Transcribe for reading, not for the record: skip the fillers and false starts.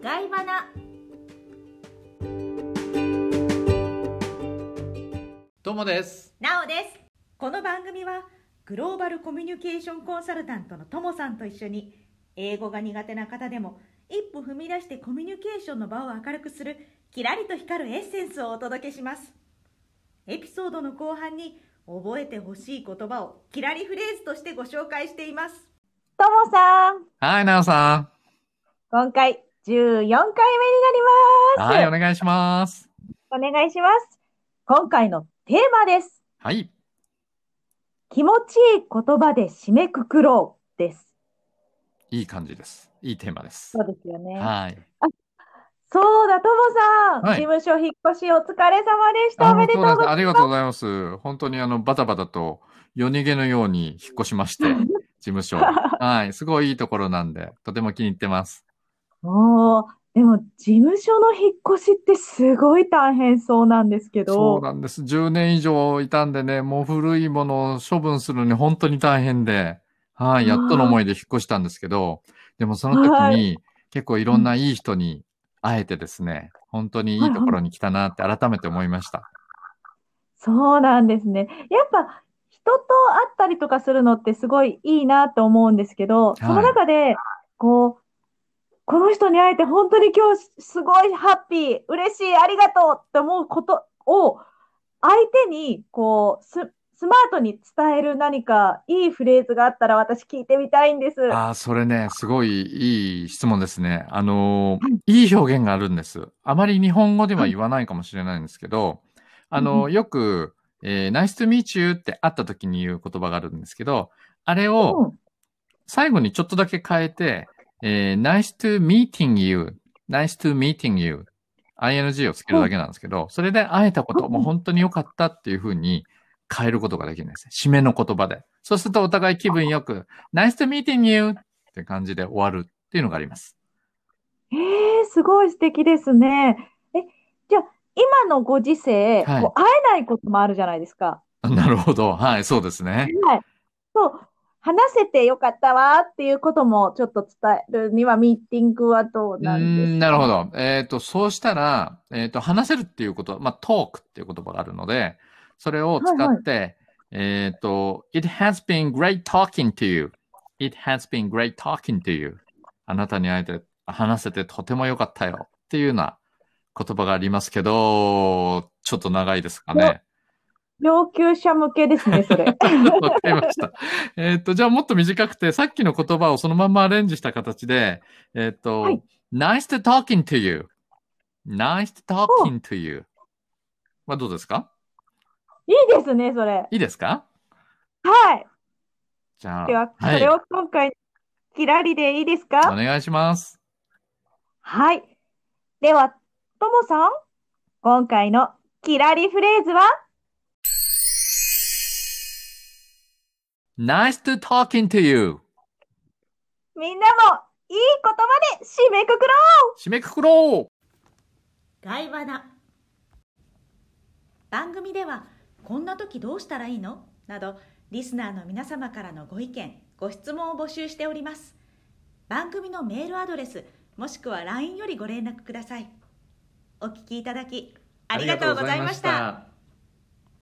外バナ。 どうもです。 なおです。この番組はグローバルコミュニケーションコンサルタントのともさんと一緒に、英語が苦手な方でも一歩踏み出してコミュニケーションの場を明るくするキラリと光るエッセンスをお届けします。エピソードの後半に覚えてほしい言葉をキラリフレーズとしてご紹介しています。ともさん、 はい、なおさん。 今回14回目になります。 はい、お願いします。 お願いします。今回のテーマです。 はい。 気持ちいい言葉で締めくくろうです。 いい感じです。いいテーマです。 そうですよね。 はい。 そうだ、ともさん、 はい。 事務所引っ越しお疲れ様でした。おめでとうございます。 ありがとうございます。本当にバタバタと夜逃げのように引っ越しまして、事務所。はい。すごいいいところなんで、とても気に入ってます。 でも、事務所の引っ越しってすごい大変そうなんですけそうど。 なんです。10年以上いたんでね、もう古いものを処分するのに本当に大変で、はい。やっとの思いで引っ越したんですけど、でもその時はい。 に結構いろんないい人に会えてですね、本当にいいところに来たなって改めて思いました。 そうなんですね。やっぱ人と会ったりとかするのってすごいいいなと思うんですけど、そのはい。 中で、ここの人に会えて本当に今日すごいハッピー、嬉しい、ありがとうって思うことを相手にスマートに伝える何かいいフレーズがあったら私聞いてみたいんです。はそれね、すごいいい質問ですね。 い。 いい表現があるんです。あまり日本語でははい。 言わないかもしれないんですけど、 うんうん。 よく、nice to meet you って会った時に言う言葉があるんですけど、あれをうん。 最後にちょっとだけ変えて、nice to meeting you, nice to meeting you, ing をつけるだけなんですけど、それで会えたこと、もう本当に良かったっていうふうに変えることができるんですね。締めの言葉で。そうするとお互い気分よく、nice to meeting you って感じで終わるっていうのがあります。 すごい素敵ですね。じゃあ、今のご時世、 はい。 会えないこともあるじゃないですか。 なるほど。はい、そうですね。 はい。そう、話せてよかったわっていうこともちょっと伝えるには、ミーティングはどうなんですか？ なるほど。そうしたら、話せるっていうこと、トークっていう言葉があるので、それを使はいはい。 って、it has been great talking to you. It has been great talking to you. あなたに会えて、話せてとても良かったよっていうような言葉がありますけど、ちょっと長いですかよね。 上級者向けですね、それ。 わかりました。じゃあもっと短くて、さっきの言葉をそのままアレンジした形で、えっと、 はい。 nice to talking to you.Nice お、 talking to you. はどうですか？ いいですね、それ。 いいですか？ はい。 じゃあ、 では、 はい。 それを今回、キラリでいいですか？ お願いします。 はい。では、ともさん、今回のキラリフレーズは？ Nice to talking to you. みんなもいい言葉で締めくくろう。 締めくくろう。 外話だ。番組ではこんな時どうしたらいいのなど、リスナーの皆様からのご意見ご質問を募集しております。番組のメールアドレスもしくは LINE よりご連絡ください。お聞きいただきありがとうございました。